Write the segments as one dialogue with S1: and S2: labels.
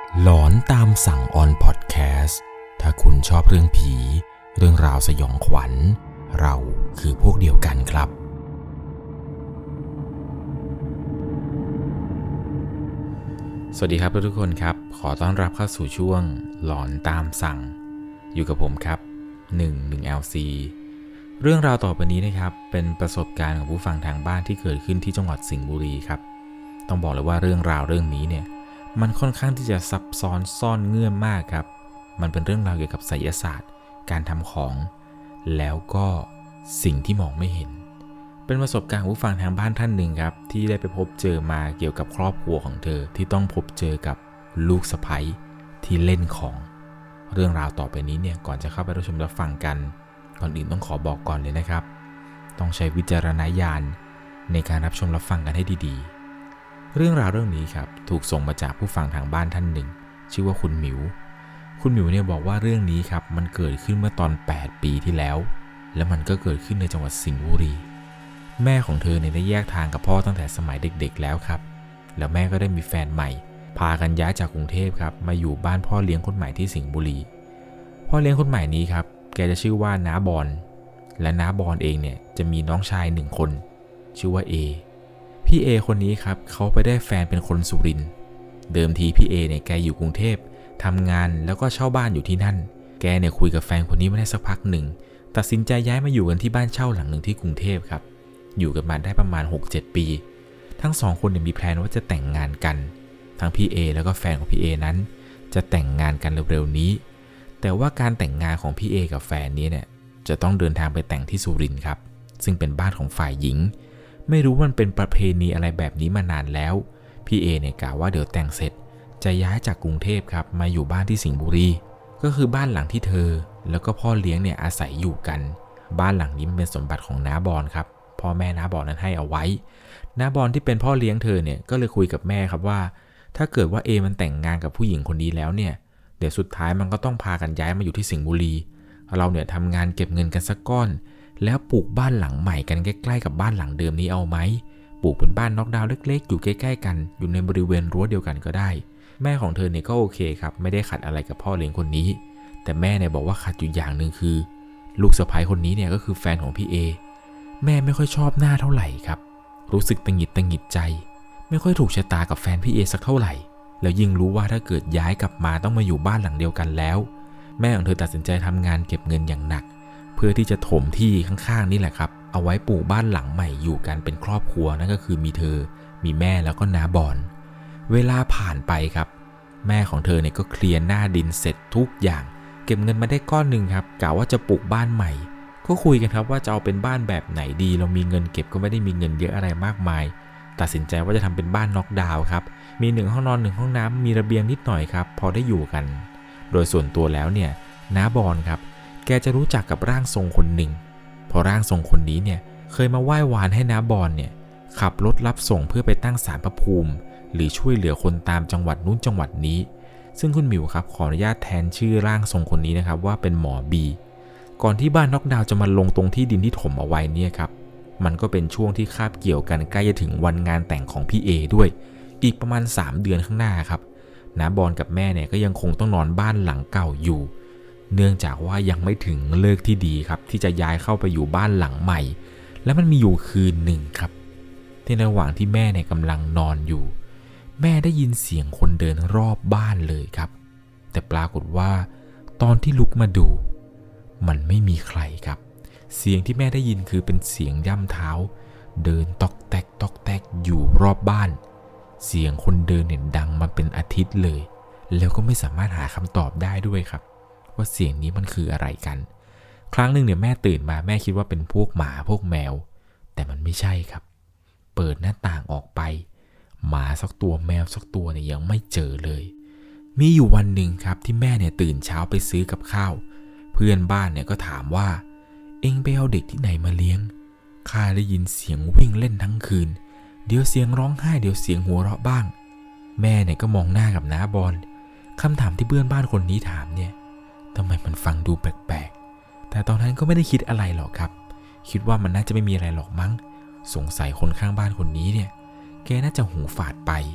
S1: หลอนตามสั่งออนพอดแคสต์ถ้าคุณชอบเรื่องผีเรื่องราวสยองขวัญเราคือพวกเดียวกันครับสวัสดีครับทุกคนครับขอต้อนรับเข้าสู่ช่วงหลอนตามสั่งอยู่กับผมครับ11LC เรื่องราวต่อไปนี้นะครับเป็นประสบการณ์ของผู้ฟังทางบ้านที่เกิดขึ้นที่จังหวัดสิงห์บุรีครับต้องบอกเลยว่าเรื่องราวเรื่องนี้เนี่ยมันค่อนข้างที่จะซับซ้อนซ่อนเงื่อนมากครับมันเป็นเรื่องราวเกี่ยวกับไสยศาสตร์การทำของแล้วก็สิ่งที่มองไม่เห็นเป็นประสบการณ์ของผู้ฟังทางบ้านท่านหนึ่งครับที่ได้ไปพบเจอมาเกี่ยวกับครอบครัวของเธอที่ต้องพบเจอกับลูกสะใภ้ที่เล่นของเรื่องราวต่อไปนี้เนี่ยก่อนจะเข้าไปรับชมรับฟังกันก่อนอื่นต้องขอบอกก่อนเลยนะครับต้องใช้วิจารณญาณในการรับชมรับฟังกันให้ดีๆเรื่องราวเรื่องนี้ครับถูกส่งมาจากผู้ฟังทางบ้านท่านหนึ่งชื่อว่าคุณหมิวเนี่ยบอกว่าเรื่องนี้ครับมันเกิดขึ้นเมื่อตอน8 ปีที่แล้วและมันก็เกิดขึ้นในจังหวัดสิงห์บุรีแม่ของเธอเนี่ยได้แยกทางกับพ่อตั้งแต่สมัยเด็กๆแล้วครับแล้วแม่ก็ได้มีแฟนใหม่พากันย้ายจากกรุงเทพครับมาอยู่บ้านพ่อเลี้ยงคนใหม่ที่สิงห์บุรีพ่อเลี้ยงคนใหม่นี้ครับแกจะชื่อว่าน้าบอลและน้าบอลเองเนี่ยจะมีน้องชาย1 คนชื่อว่าเอพี่เอคนนี้ครับเขาไปได้แฟนเป็นคนสุรินทร์เดิมทีพี่เอเนี่ยแกอยู่กรุงเทพทำงานแล้วก็เช่าบ้านอยู่ที่นั่นแกเนี่ยคุยกับแฟนคนนี้มาได้สักพักหนึ่งตัดสินใจย้ายมาอยู่กันที่บ้านเช่าหลังหนึ่งที่กรุงเทพครับอยู่กันมาได้ประมาณ 6-7 ปีทั้ง2 คนเนี่ยมีแพลนว่าจะแต่งงานกันทั้งพี่เอแล้วก็แฟนของพี่เอนั้นจะแต่งงานกันเร็วๆนี้แต่ว่าการแต่งงานของพี่เอกับแฟนนี้เนี่ยจะต้องเดินทางไปแต่งที่สุรินทร์ครับซึ่งเป็นบ้านของฝ่ายหญิงไม่รู้มันเป็นประเพณีอะไรแบบนี้มานานแล้วพี่เอเนี่ยกล่าวว่าเดี๋ยวแต่งเสร็จจะย้ายจากกรุงเทพครับมาอยู่บ้านที่สิงห์บุรีก็คือบ้านหลังที่เธอแล้วก็พ่อเลี้ยงเนี่ยอาศัยอยู่กันบ้านหลังนี้มันเป็นสมบัติของน้าบอลครับพ่อแม่น้าบอลนั้นให้เอาไว้น้าบอลที่เป็นพ่อเลี้ยงเธอเนี่ยก็เลยคุยกับแม่ครับว่าถ้าเกิดว่าเอมันแต่งงานกับผู้หญิงคนนี้แล้วเนี่ยเดี๋ยวสุดท้ายมันก็ต้องพากันย้ายมาอยู่ที่สิงห์บุรีเราเนี่ยทำงานเก็บเงินกันสักก้อนแล้วปลูกบ้านหลังใหม่กันใกล้ๆกับบ้านหลังเดิมนี้เอาไหมปลูกเป็นบ้านน็อกดาวน์เล็กๆอยู่ใกล้ๆกันอยู่ในบริเวณรั้วเดียวกันก็ได้แม่ของเธอเนี่ยก็โอเคครับไม่ได้ขัดอะไรกับพ่อเลี้ยงคนนี้แต่แม่เนี่ยบอกว่าขัดอยู่อย่างหนึ่งคือลูกสะใภ้คนนี้เนี่ยก็คือแฟนของพี่เอแม่ไม่ค่อยชอบหน้าเท่าไหร่ครับรู้สึกตังหงิดใจไม่ค่อยถูกชะตากับแฟนพี่เอสักเท่าไหร่แล้วยิ่งรู้ว่าถ้าเกิดย้ายกลับมาต้องมาอยู่บ้านหลังเดียวกันแล้วแม่ของเธอตัดสินใจทำงานเก็บเงินอย่างหนักเพื่อที่จะถมที่ข้างๆนี่แหละครับเอาไว้ปลูกบ้านหลังใหม่อยู่กันเป็นครอบครัวนั่นก็คือมีเธอมีแม่แล้วก็น้าบอลเวลาผ่านไปครับแม่ของเธอเนี่ยก็เคลียร์หน้าดินเสร็จทุกอย่างเก็บเงินมาได้ก้อนหนึ่งครับกะว่าจะปลูกบ้านใหม่ก็คุยกันครับว่าจะเอาเป็นบ้านแบบไหนดีเรามีเงินเก็บก็ไม่ได้มีเงินเยอะอะไรมากมายตัดสินใจว่าจะทำเป็นบ้านน็อกดาวน์ครับมี1 ห้องนอน1 ห้องน้ำมีระเบียงนิดหน่อยครับพอได้อยู่กันโดยส่วนตัวแล้วเนี่ยน้าบอลครับแกจะรู้จักกับร่างทรงคนหนึ่งพอร่างทรงคนนี้เนี่ยเคยมาไหว้วานให้น้าบอลเนี่ยขับรถรับส่งเพื่อไปตั้งศาลพระภูมิหรือช่วยเหลือคนตามจังหวัดนู้นจังหวัดนี้ซึ่งคุณหมิวครับขออนุญาตแทนชื่อร่างทรงคนนี้นะครับว่าเป็นหมอบีก่อนที่บ้านน็อกดาวน์จะมาลงตรงที่ดินที่ถมเอาไว้เนี่ยครับมันก็เป็นช่วงที่คาบเกี่ยวกันใกล้จะถึงวันงานแต่งของพี่เอด้วยอีกประมาณ3 เดือนข้างหน้าครับน้าบอลกับแม่เนี่ยก็ยังคงต้องนอนบ้านหลังเก่าอยู่เนื่องจากว่ายังไม่ถึงฤกษ์ที่ดีครับที่จะย้ายเข้าไปอยู่บ้านหลังใหม่และมันมีอยู่คืนหนึ่งครับในระหว่างที่แม่เนี่ยกำลังนอนอยู่แม่ได้ยินเสียงคนเดินรอบบ้านเลยครับแต่ปรากฏว่าตอนที่ลุกมาดูมันไม่มีใครครับเสียงที่แม่ได้ยินคือเป็นเสียงย่ำเท้าเดินตอกแตกตอกแตกอยู่รอบบ้านเสียงคนเดินเนี่ยดังมาเป็นอาทิตย์เลยแล้วก็ไม่สามารถหาคำตอบได้ด้วยครับว่าเสียงนี้มันคืออะไรกันครั้งหนึ่งเนี่ยแม่ตื่นมาแม่คิดว่าเป็นพวกหมาพวกแมวแต่มันไม่ใช่ครับเปิดหน้าต่างออกไปหมาสักตัวแมวสักตัวเนี่ยยังไม่เจอเลยมีอยู่วันหนึ่งครับที่แม่เนี่ยตื่นเช้าไปซื้อกับข้าวเพื่อนบ้านเนี่ยก็ถามว่าเอ็งไปเอาเด็กที่ไหนมาเลี้ยงข้าได้ยินเสียงวิ่งเล่นทั้งคืนเดี๋ยวเสียงร้องไห้เดี๋ยวเสียงหัวเราะบ้างแม่เนี่ยก็มองหน้ากับน้าบอลคำถามที่เพื่อนบ้านคนนี้ถามเนี่ยทำไมมันฟังดูแปลกๆแต่ตอนนั้นก็ไม่ได้คิดอะไรหรอกครับคิดว่ามันน่าจะไม่มีอะไรหรอกมั้งสงสัยคนข้างบ้านคนนี้เนี่ยแกน่าจะหูฝาดไป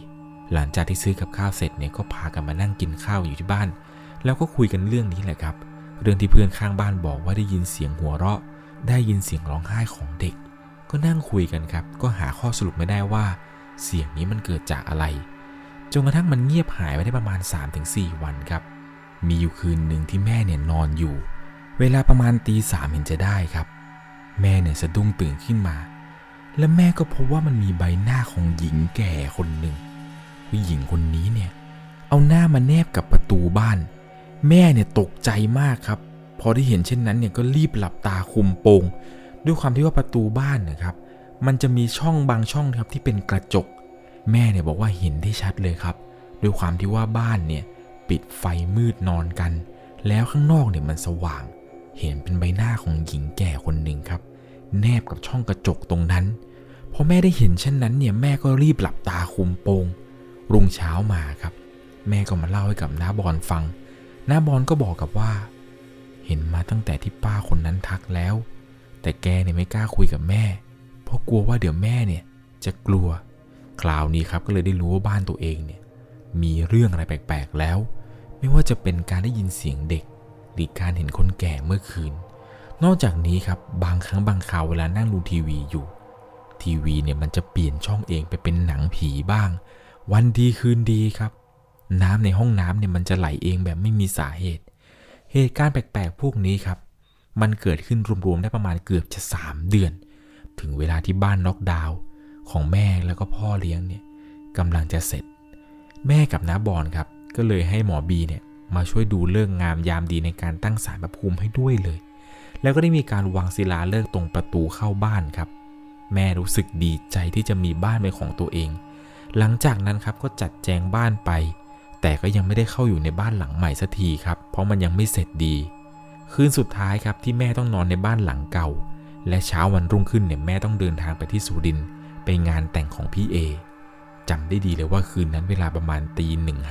S1: หลังจากที่ซื้อกับข้าวเสร็จเนี่ยก็พากันมานั่งกินข้าวอยู่ที่บ้านแล้วก็คุยกันเรื่องนี้แหละครับเรื่องที่เพื่อนข้างบ้านบอกว่าได้ยินเสียงหัวเราะได้ยินเสียงร้องไห้ของเด็กก็นั่งคุยกันครับก็หาข้อสรุปไม่ได้ว่าเสียงนี้มันเกิดจากอะไรจนกระทั่งมันเงียบหายไปได้ประมาณ 3-4 วันครับมีอยู่คืนหนึ่งที่แม่เนี่ยนอนอยู่เวลาประมาณตี 3เห็นจะได้ครับแม่เนี่ยสะดุ้งตื่นขึ้นมาและแม่ก็พบว่ามันมีใบหน้าของหญิงแก่คนหนึ่งผู้หญิงคนนี้เนี่ยเอาหน้ามาแนบกับประตูบ้านแม่เนี่ยตกใจมากครับพอได้เห็นเช่นนั้นเนี่ยก็รีบหลับตาคุมโปงด้วยความที่ว่าประตูบ้านนะครับมันจะมีช่องบางช่องครับที่เป็นกระจกแม่เนี่ยบอกว่าเห็นได้ชัดเลยครับด้วยความที่ว่าบ้านเนี่ยปิดไฟมืดนอนกันแล้วข้างนอกเนี่ยมันสว่างเห็นเป็นใบหน้าของหญิงแก่คนหนึ่งครับแนบกับช่องกระจกตรงนั้นพอแม่ได้เห็นเช่นนั้นเนี่ยแม่ก็รีบหลับตาคุมโปงรุ่งเช้ามาครับแม่ก็มาเล่าให้กับน้าบอลฟังน้าบอลก็บอกกับว่าเห็นมาตั้งแต่ที่ป้าคนนั้นทักแล้วแต่แกเนี่ยไม่กล้าคุยกับแม่เพราะกลัวว่าเดี๋ยวแม่เนี่ยจะกลัวคราวนี้ครับก็เลยได้รู้ว่าบ้านตัวเองเนี่ยมีเรื่องอะไรแปลกๆแล้วไม่ว่าจะเป็นการได้ยินเสียงเด็กหรือการเห็นคนแก่เมื่อคืนนอกจากนี้ครับบางครั้งบางคราวเวลานั่งดูทีวีอยู่ทีวีเนี่ยมันจะเปลี่ยนช่องเองไปเป็นหนังผีบ้างวันดีคืนดีครับน้ำในห้องน้ำเนี่ยมันจะไหลเองแบบไม่มีสาเหตุเหตุการณ์แปลกๆพวกนี้ครับมันเกิดขึ้นรวมๆได้ประมาณเกือบจะ3 เดือนถึงเวลาที่บ้านน็อกดาวน์ของแม่แล้วก็พ่อเลี้ยงเนี่ยกำลังจะเสร็จแม่กับน้าบอลครับก็เลยให้หมอบีเนี่ยมาช่วยดูเลิกงามยามดีในการตั้งศาลพระภูมิให้ด้วยเลยแล้วก็ได้มีการวางศิลาฤกษ์ตรงประตูเข้าบ้านครับแม่รู้สึกดีใจที่จะมีบ้านเป็นของตัวเองหลังจากนั้นครับก็จัดแจงบ้านไปแต่ก็ยังไม่ได้เข้าอยู่ในบ้านหลังใหม่สักทีครับเพราะมันยังไม่เสร็จดีคืนสุดท้ายครับที่แม่ต้องนอนในบ้านหลังเก่าและเช้าวันรุ่งขึ้นเนี่ยแม่ต้องเดินทางไปที่สุรินทร์ไปงานแต่งของพี่เอจำได้ดีเลยว่าคืนนั้นเวลาประมาณตี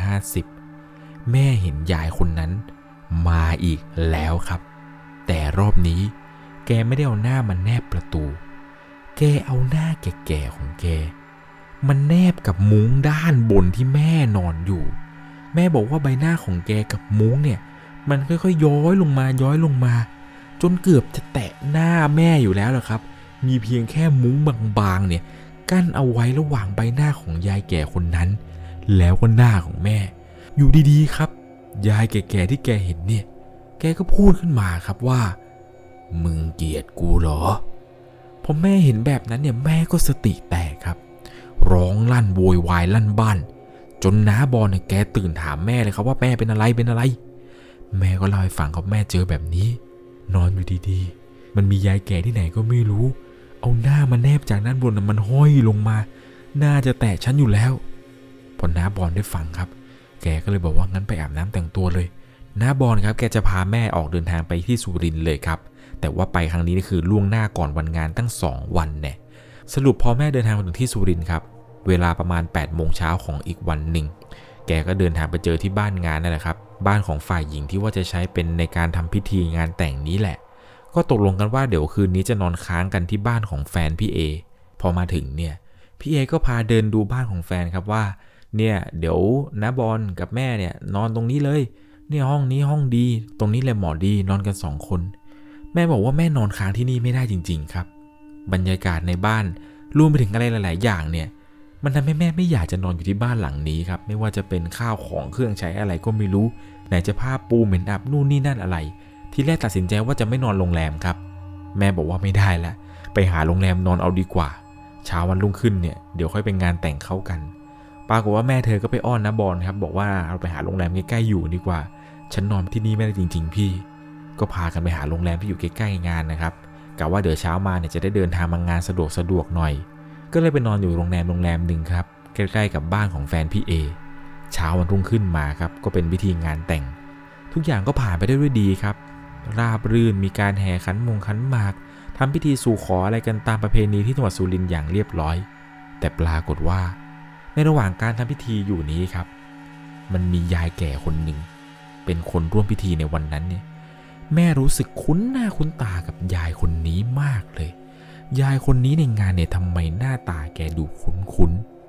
S1: 1:50แม่เห็นยายคนนั้นมาอีกแล้วครับแต่รอบนี้แกไม่ได้เอาหน้ามันแนบประตูแกเอาหน้าแก่ๆของแกมันแนบกับมุ้งด้านบนที่แม่นอนอยู่แม่บอกว่าใบหน้าของแกกับมุ้งเนี่ยมันค่อยๆย้อยลงมาจนเกือบจะแตะหน้าแม่อยู่แล้วล่ะครับมีเพียงแค่มุ้งบางๆเนี่ยกั้นเอาไว้ระหว่างใบหน้าของยายแก่คนนั้นแล้วก็หน้าของแม่อยู่ดีๆครับยายแก่ๆที่แกเห็นเนี่ยแกก็พูดขึ้นมาครับว่ามึงเกลียดกูเหรอพอแม่เห็นแบบนั้นเนี่ยแม่ก็สติแตกครับร้องลั่นโวยวายลั่นบ้านจนน้าบอลเนี่ยแกตื่นถามแม่เลยครับว่าแม่เป็นอะไรแม่ก็เล่าให้ฟังครับแม่เจอแบบนี้นอนอยู่ดีๆมันมียายแก่ที่ไหนก็ไม่รู้เอาหน้ามาแนบจากด้านบนมันห้อยลงมาน่าจะแตะฉันอยู่แล้วพอน้าบอลได้ฟังครับแกก็เลยบอกว่างั้นไปอาบน้ำแต่งตัวเลยน้าบอลครับแกจะพาแม่ออกเดินทางไปที่สุรินทร์เลยครับแต่ว่าไปครั้งนี้คือล่วงหน้าก่อนวันงานตั้ง2 วันเนี่ยสรุปพอแม่เดินทางมาถึงที่สุรินทร์ครับเวลาประมาณ 8 โมงเช้าของอีกวันหนึ่งแกก็เดินทางไปเจอที่บ้านงานนั่นแหละครับบ้านของฝ่ายหญิงที่ว่าจะใช้เป็นในการทำพิธีงานแต่งนี้แหละก็ตกลงกันว่าเดี๋ยวคืนนี้จะนอนค้างกันที่บ้านของแฟนพี่เอพอมาถึงเนี่ยพี่เอก็พาเดินดูบ้านของแฟนครับว่าเนี่ยเดี๋ยวน้าบอลกับแม่เนี่ยนอนตรงนี้เลยเนี่ยห้องนี้ห้องดีตรงนี้แหละหมอดีนอนกัน2 คนแม่บอกว่าแม่นอนค้างที่นี่ไม่ได้จริงๆครับบรรยากาศในบ้านรวมไปถึงอะไรหลายๆอย่างเนี่ยมันทำให้แม่ไม่อยากจะนอนอยู่ที่บ้านหลังนี้ครับไม่ว่าจะเป็นข้าวของเครื่องใช้อะไรก็ไม่รู้ไหนจะผ้าปูเหม็นอับนู่นนี่นั่นอะไรทีแรกตัดสินใจว่าจะไม่นอนโรงแรมครับแม่บอกว่าไม่ได้ละไปหาโรงแรมนอนเอาดีกว่าเช้าวันรุ่งขึ้นเนี่ยเดี๋ยวค่อยเป็นงานแต่งเข้ากันปรากฏว่าแม่เธอก็ไปอ้อนน้าบอลครับบอกว่าเราไปหาโรงแรมใกล้ๆอยู่ดีกว่าฉันนอนที่นี่ไม่ได้จริงๆพี่ก็พากันไปหาโรงแรมที่อยู่ใกล้ๆงานนะครับกะว่าเดี๋ยวเช้ามาเนี่ยจะได้เดินทางมางานสะดวกหน่อยก็เลยไปนอนอยู่โรงแรมหนึ่งครับใกล้ๆกับบ้านของแฟนพี่เอเช้าวันรุ่งขึ้นมาครับก็เป็นพิธีงานแต่งทุกอย่างก็ผ่านไปได้ด้วยดีครับราบรื่นมีการแห่ขันหมากทำพิธีสู่ขออะไรกันตามประเพณีที่จังหวัดสุรินทร์อย่างเรียบร้อยแต่ปรากฏว่าในระหว่างการทำพิธีอยู่นี้ครับมันมียายแก่คนหนึ่งเป็นคนร่วมพิธีในวันนั้นเนี่ยแม่รู้สึกคุ้นหน้าคุ้นตากับยายคนนี้มากเลยยายคนนี้ในงานเนี่ยทำไมหน้าตาแกดูคุ้น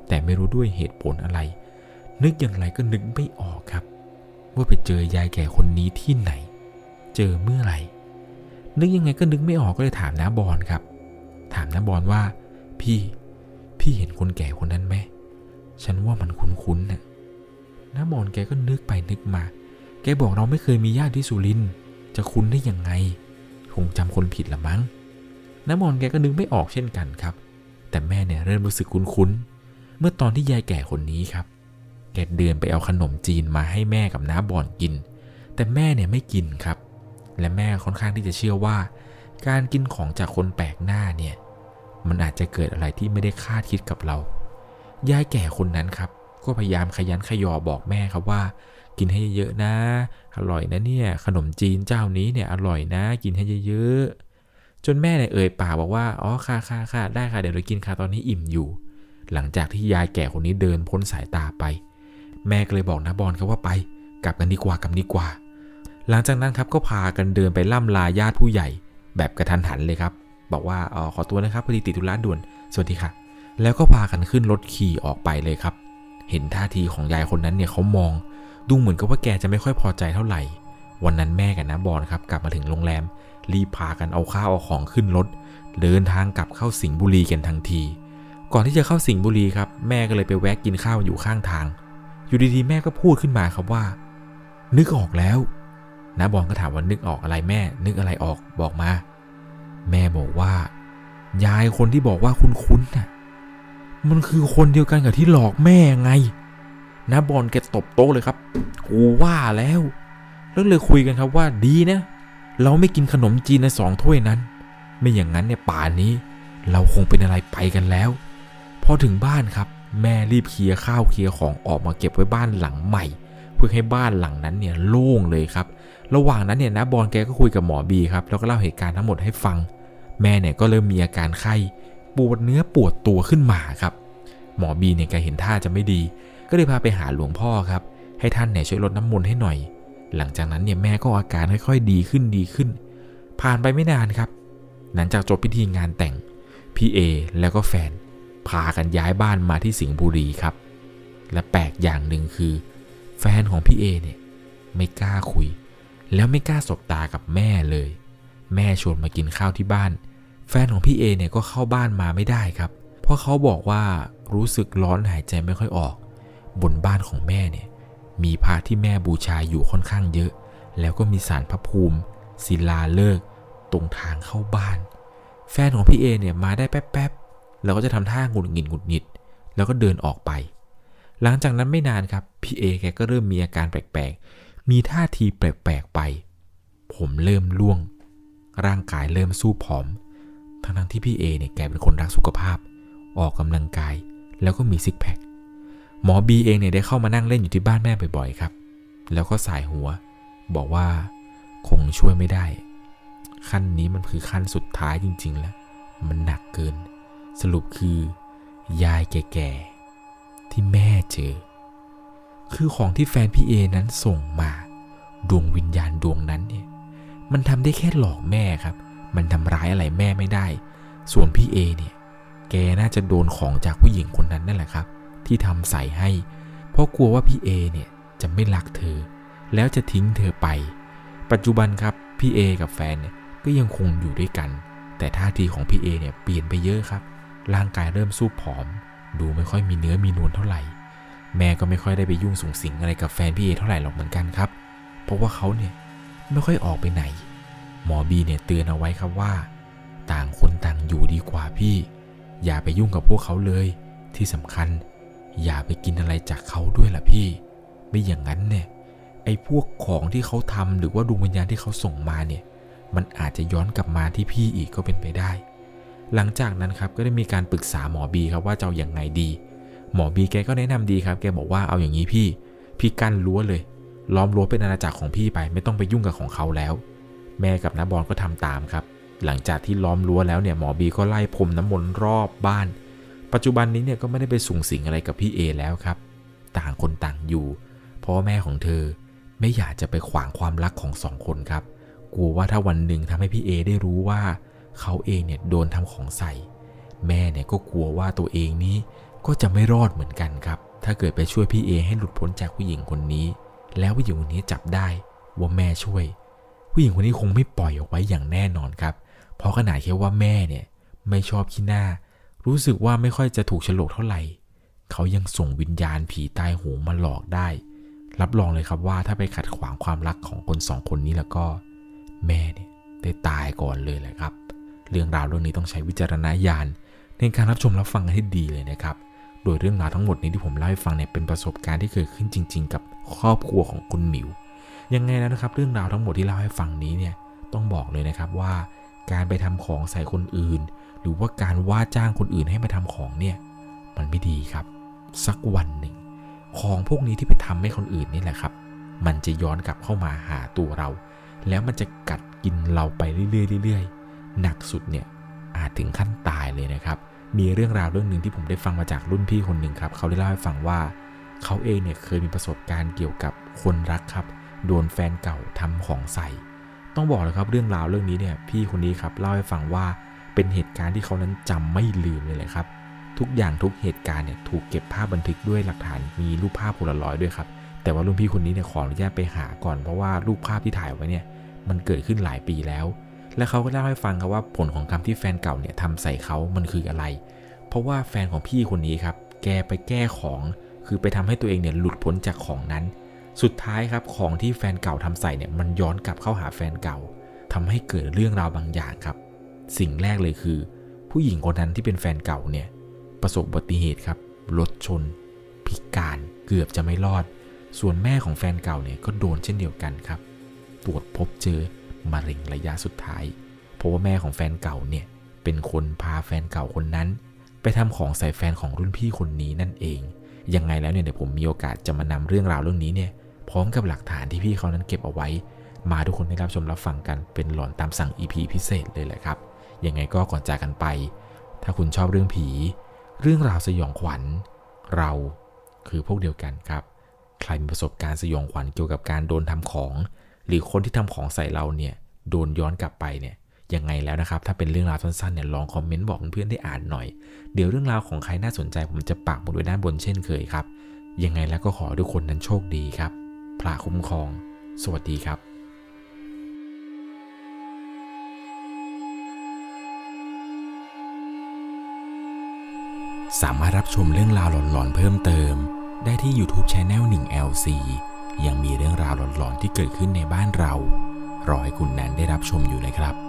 S1: แต่ไม่รู้ด้วยเหตุผลอะไรนึกอย่างไรก็นึกไม่ออกครับว่าไปเจอยายแก่คนนี้ที่ไหนเจอเมื่อไหร่นึกยังไงก็นึกไม่ออกก็เลยถามน้าบอลครับถามน้าบอลว่าพี่เห็นคนแก่คนนั้นไหมฉันว่ามันคุ้นๆน่ะน้าบอลแกก็นึกไปนึกมาแกบอกเราไม่เคยมีญาติที่สุรินทร์จะคุ้นได้ยังไงคงจำคนผิดละมั้งน้าบอลแกก็นึกไม่ออกเช่นกันครับแต่แม่เนี่ยเริ่มรู้สึกคุ้นๆเมื่อตอนที่ยายแก่คนนี้ครับแกเดินไปเอาขนมจีนมาให้แม่กับน้าบอลกินแต่แม่เนี่ยไม่กินครับและแม่ค่อนข้างที่จะเชื่อว่าการกินของจากคนแปลกหน้าเนี่ยมันอาจจะเกิดอะไรที่ไม่ได้คาดคิดกับเรายายแก่คนนั้นครับก็พยายามขยันขยอบอกแม่ครับว่ากินให้เยอะๆนะอร่อยนะเนี่ยขนมจีนเจ้านี้เนี่ยอร่อยนะกินให้เยอะๆจนแม่เนี่ยเอ่ยปากบอกว่าอ๋อค่ะได้ค่ะเดี๋ยวเรากินค่ะตอนนี้อิ่มอยู่หลังจากที่ยายแก่คนนี้เดินพ้นสายตาไปแม่ก็เลยบอกน้าบอลครับว่าไปกลับกันดีกว่าหลังจากนั้นครับก็พากันเดินไปล่ำลาญาติผู้ใหญ่แบบกระทันหันเลยครับบอกว่าขอตัวนะครับพอดีติดธุระด่วนสวัสดีค่ะแล้วก็พากันขึ้นรถขี่ออกไปเลยครับเห็นท่าทีของยายคนนั้นเนี่ยเขามองดูเหมือนกับว่าแกจะไม่ค่อยพอใจเท่าไหร่วันนั้นแม่กับน้าบอลครับกลับมาถึงโรงแรมรีบพากันเอาข้าวเอาของขึ้นรถเดินทางกลับเข้าสิงห์บุรีกันทันทีก่อนที่จะเข้าสิงห์บุรีครับแม่ก็เลยไปแวะกินข้าวอยู่ข้างทางอยู่ดีๆแม่ก็พูดขึ้นมาครับว่านึกออกแล้วน้าบอลก็ถามว่านึกออกอะไรแม่นึกอะไรออกบอกมาแม่บอกว่ายายคนที่บอกว่าคุ้นๆน่ะมันคือคนเดียวกันกับที่หลอกแม่ไงน้าบอลแกตบโต๊ะเลยครับกูว่าแล้วเลยคุยกันครับว่าดีนะเราไม่กินขนมจีนใน2 ถ้วยนั้นไม่อย่างนั้นเนี่ยป่านนี้เราคงเป็นอะไรไปกันแล้วพอถึงบ้านครับแม่รีบเคลียร์ข้าวเคลียร์ของออกมาเก็บไว้บ้านหลังใหม่เพื่อให้บ้านหลังนั้นเนี่ยโล่งเลยครับระหว่างนั้นเนี่ยน้าบอลแกก็คุยกับหมอบีครับแล้วก็เล่าเหตุการณ์ทั้งหมดให้ฟังแม่เนี่ยก็เริ่มมีอาการไข้ปวดเนื้อปวดตัวขึ้นมาครับหมอบีเนี่ยแกเห็นท่าจะไม่ดีก็เลยพาไปหาหลวงพ่อครับให้ท่านเนี่ยช่วยรดน้ำมนต์ให้หน่อยหลังจากนั้นเนี่ยแม่ก็อาการค่อยๆดีขึ้นผ่านไปไม่นานครับหลังจากจบพิธีงานแต่งพี่เอแล้วก็แฟนพากันย้ายบ้านมาที่สิงห์บุรีครับและแปลกอย่างหนึ่งคือแฟนของพี่เอเนี่ยไม่กล้าคุยแล้วไม่กล้าสบตากับแม่เลยแม่ชวนมากินข้าวที่บ้านแฟนของพี่เอเนี่ยก็เข้าบ้านมาไม่ได้ครับเพราะเขาบอกว่ารู้สึกร้อนหายใจไม่ค่อยออกบนบ้านของแม่เนี่ยมีพระที่แม่บูชาอยู่ค่อนข้างเยอะแล้วก็มีศาลพระภูมิศิลาฤกษ์ตรงทางเข้าบ้านแฟนของพี่เอเนี่ยมาได้แป๊บๆแล้วก็จะทำท่าหงุดหงิดแล้วก็เดินออกไปหลังจากนั้นไม่นานครับพี่เอแกก็เริ่มมีอาการแปลกๆมีท่าทีแปลกๆไปผมเริ่มร่วงร่างกายเริ่มสู้ผอมทั้งที่พี่เอเนี่ยแกเป็นคนรักสุขภาพออกกำลังกายแล้วก็มีซิกแพคหมอบีเองเนี่ยได้เข้ามานั่งเล่นอยู่ที่บ้านแม่บ่อยๆครับแล้วก็สายหัวบอกว่าคงช่วยไม่ได้ขั้นนี้มันคือขั้นสุดท้ายจริงๆแล้วมันหนักเกินสรุปคือยายแก่ๆที่แม่เจอคือของที่แฟนพี่เอนั้นส่งมาดวงวิญญาณดวงนั้นเนี่ยมันทำได้แค่หลอกแม่ครับมันทำร้ายอะไรแม่ไม่ได้ส่วนพี่เอเนี่ยแกน่าจะโดนของจากผู้หญิงคนนั้นนั่นแหละครับที่ทำใส่ให้เพราะกลัวว่าพี่เอเนี่ยจะไม่รักเธอแล้วจะทิ้งเธอไปปัจจุบันครับพี่เอกับแฟนเนี่ยก็ยังคงอยู่ด้วยกันแต่ท่าทีของพี่เอเนี่ยเปลี่ยนไปเยอะครับร่างกายเริ่มสู้ผอมดูไม่ค่อยมีเนื้อมีนวลเท่าไหร่แม่ก็ไม่ค่อยได้ไปยุ่งสุงสิงอะไรกับแฟนพี่เอเท่าไหร่หรอกเหมือนกันครับเพราะว่าเขาเนี่ยไม่ค่อยออกไปไหนหมอบีเนี่ยเตือนเอาไว้ครับว่าต่างคนต่างอยู่ดีกว่าพี่อย่าไปยุ่งกับพวกเขาเลยที่สำคัญอย่าไปกินอะไรจากเขาด้วยล่ะพี่ไม่อย่างนั้นเนี่ยไอ้พวกของที่เขาทำหรือว่าดวงวิญญาณที่เขาส่งมาเนี่ยมันอาจจะย้อนกลับมาที่พี่อีกก็เป็นไปได้หลังจากนั้นครับก็ได้มีการปรึกษาหมอบีครับว่าจะเอาอย่างไงดีหมอบีแกก็แนะนำดีครับแกบอกว่าเอาอย่างนี้พี่กั้นรั้วเลยล้อมรั้วเป็นอาณาจักรของพี่ไปไม่ต้องไปยุ่งกับของเขาแล้วแม่กับน้าบอลก็ทำตามครับหลังจากที่ล้อมรั้วแล้วเนี่ยหมอบีก็ไล่พรมน้ำมนต์รอบบ้านปัจจุบันนี้เนี่ยก็ไม่ได้ไปสุงสิงอะไรกับพี่เอแล้วครับต่างคนต่างอยู่เพราะแม่ของเธอไม่อยากจะไปขวางความรักของ2 คนครับกลัวว่าถ้าวันหนึ่งทำให้พี่เอได้รู้ว่าเขาเองเนี่ยโดนทำของใส่แม่เนี่ยก็กลัวว่าตัวเองนี้ก็จะไม่รอดเหมือนกันครับถ้าเกิดไปช่วยพี่เอให้หลุดพ้นจากผู้หญิงคนนี้แล้วผู้หญิงคนนี้จับได้ว่าแม่ช่วยผู้หญิงคนนี้คงไม่ปล่อยออกไว้อย่างแน่นอนครับเพราะขนาดแค่ว่าแม่เนี่ยไม่ชอบขี้หน้ารู้สึกว่าไม่ค่อยจะถูกโฉลกเท่าไหร่เขายังส่งวิญญาณผีตายโหงมาหลอกได้รับรองเลยครับว่าถ้าไปขัดขวางความรักของคนสองคนนี้แล้วก็แม่เนี่ยได้ตายก่อนเลยแหละครับเรื่องราวเรื่องนี้ต้องใช้วิจารณญาณในการรับชมรับฟังให้ดีเลยนะครับโดยเรื่องราวทั้งหมดนี้ที่ผมเล่าให้ฟังเนี่ยเป็นประสบการณ์ที่เกิดขึ้นจริงๆกับครอบครัวของคุณหมิวยังไงแล้วนะครับเรื่องราวทั้งหมดที่เล่าให้ฟังนี้เนี่ยต้องบอกเลยนะครับว่าการไปทำของใส่คนอื่นหรือว่าการว่าจ้างคนอื่นให้มาทำของเนี่ยมันไม่ดีครับสักวันหนึ่งของพวกนี้ที่ไปทำให้คนอื่นนี่แหละครับมันจะย้อนกลับเข้ามาหาตัวเราแล้วมันจะกัดกินเราไปเรื่อยๆหนักสุดเนี่ยอาจถึงขั้นตายเลยนะครับมีเรื่องราวเรื่องนึงที่ผมได้ฟังมาจากรุ่นพี่คนหนึ่งครับเขาได้เล่าให้ฟังว่าเขาเองเนี่ยเคยมีประสบการณ์เกี่ยวกับคนรักครับโดนแฟนเก่าทำของใส่ต้องบอกเลยครับเรื่องราวเรื่องนี้เนี่ยพี่คนนี้ครับเล่าให้ฟังว่าเป็นเหตุการณ์ที่เขานั้นจำไม่ลืมเลยครับทุกอย่างทุกเหตุการณ์เนี่ยถูกเก็บภาพบันทึกด้วยหลักฐานมีรูปภาพโพลารอยด์ด้วยครับแต่ว่ารุ่นพี่คนนี้เนี่ยขออนุญาตไปหาก่อนเพราะว่ารูปภาพที่ถ่ายไว้เนี่ยมันเกิดขึ้นหลายปีแล้วและเขาก็เล่าให้ฟังครับว่าผลของกรรมที่แฟนเก่าเนี่ยทำใส่เขามันคืออะไรเพราะว่าแฟนของพี่คนนี้ครับแกไปแก้ของคือไปทำให้ตัวเองเนี่ยหลุดพ้นจากของนั้นสุดท้ายครับของที่แฟนเก่าทำใส่เนี่ยมันย้อนกลับเข้าหาแฟนเก่าทำให้เกิดเรื่องราวบางอย่างครับสิ่งแรกเลยคือผู้หญิงคนนั้นที่เป็นแฟนเก่าเนี่ยประสบอุบัติเหตุครับรถชนพิการเกือบจะไม่รอดส่วนแม่ของแฟนเก่าเนี่ยก็โดนเช่นเดียวกันครับตรวจพบเจอมะเร็งระยะสุดท้ายเพราะว่าแม่ของแฟนเก่าเนี่ยเป็นคนพาแฟนเก่าคนนั้นไปทำของใส่แฟนของรุ่นพี่คนนี้นั่นเองยังไงแล้วเนี่ยเดี๋ยวผมมีโอกาสจะมานำเรื่องราวเรื่องนี้เนี่ยพร้อมกับหลักฐานที่พี่เขานั้นเก็บเอาไว้มาทุกคนได้รับชมรับฟังกันเป็นหลอนตามสั่ง EP พิเศษเลยแหละครับยังไงก็ก่อนจากกันไปถ้าคุณชอบเรื่องผีเรื่องราวสยองขวัญเราคือพวกเดียวกันครับใครมีประสบการณ์สยองขวัญเกี่ยวกับการโดนทำของหรือคนที่ทำของใส่เราเนี่ยโดนย้อนกลับไปเนี่ยยังไงแล้วนะครับถ้าเป็นเรื่องราวสั้นๆเนี่ยลองคอมเมนต์บอกเพื่อนๆได้อ่านหน่อยเดี๋ยวเรื่องราวของใครน่าสนใจผมจะปักหมุดไว้ด้านบนเช่นเคยครับยังไงแล้วก็ขอทุกคนนั้นโชคดีครับพระคุ้มครองสวัสดีครับสามารถรับชมเรื่องราวหลอนๆเพิ่มเติมได้ที่ YouTube Channel 1LC ยังมีเรื่องราวหลอนๆที่เกิดขึ้นในบ้านเรารอให้คุณนั้นได้รับชมอยู่นะครับ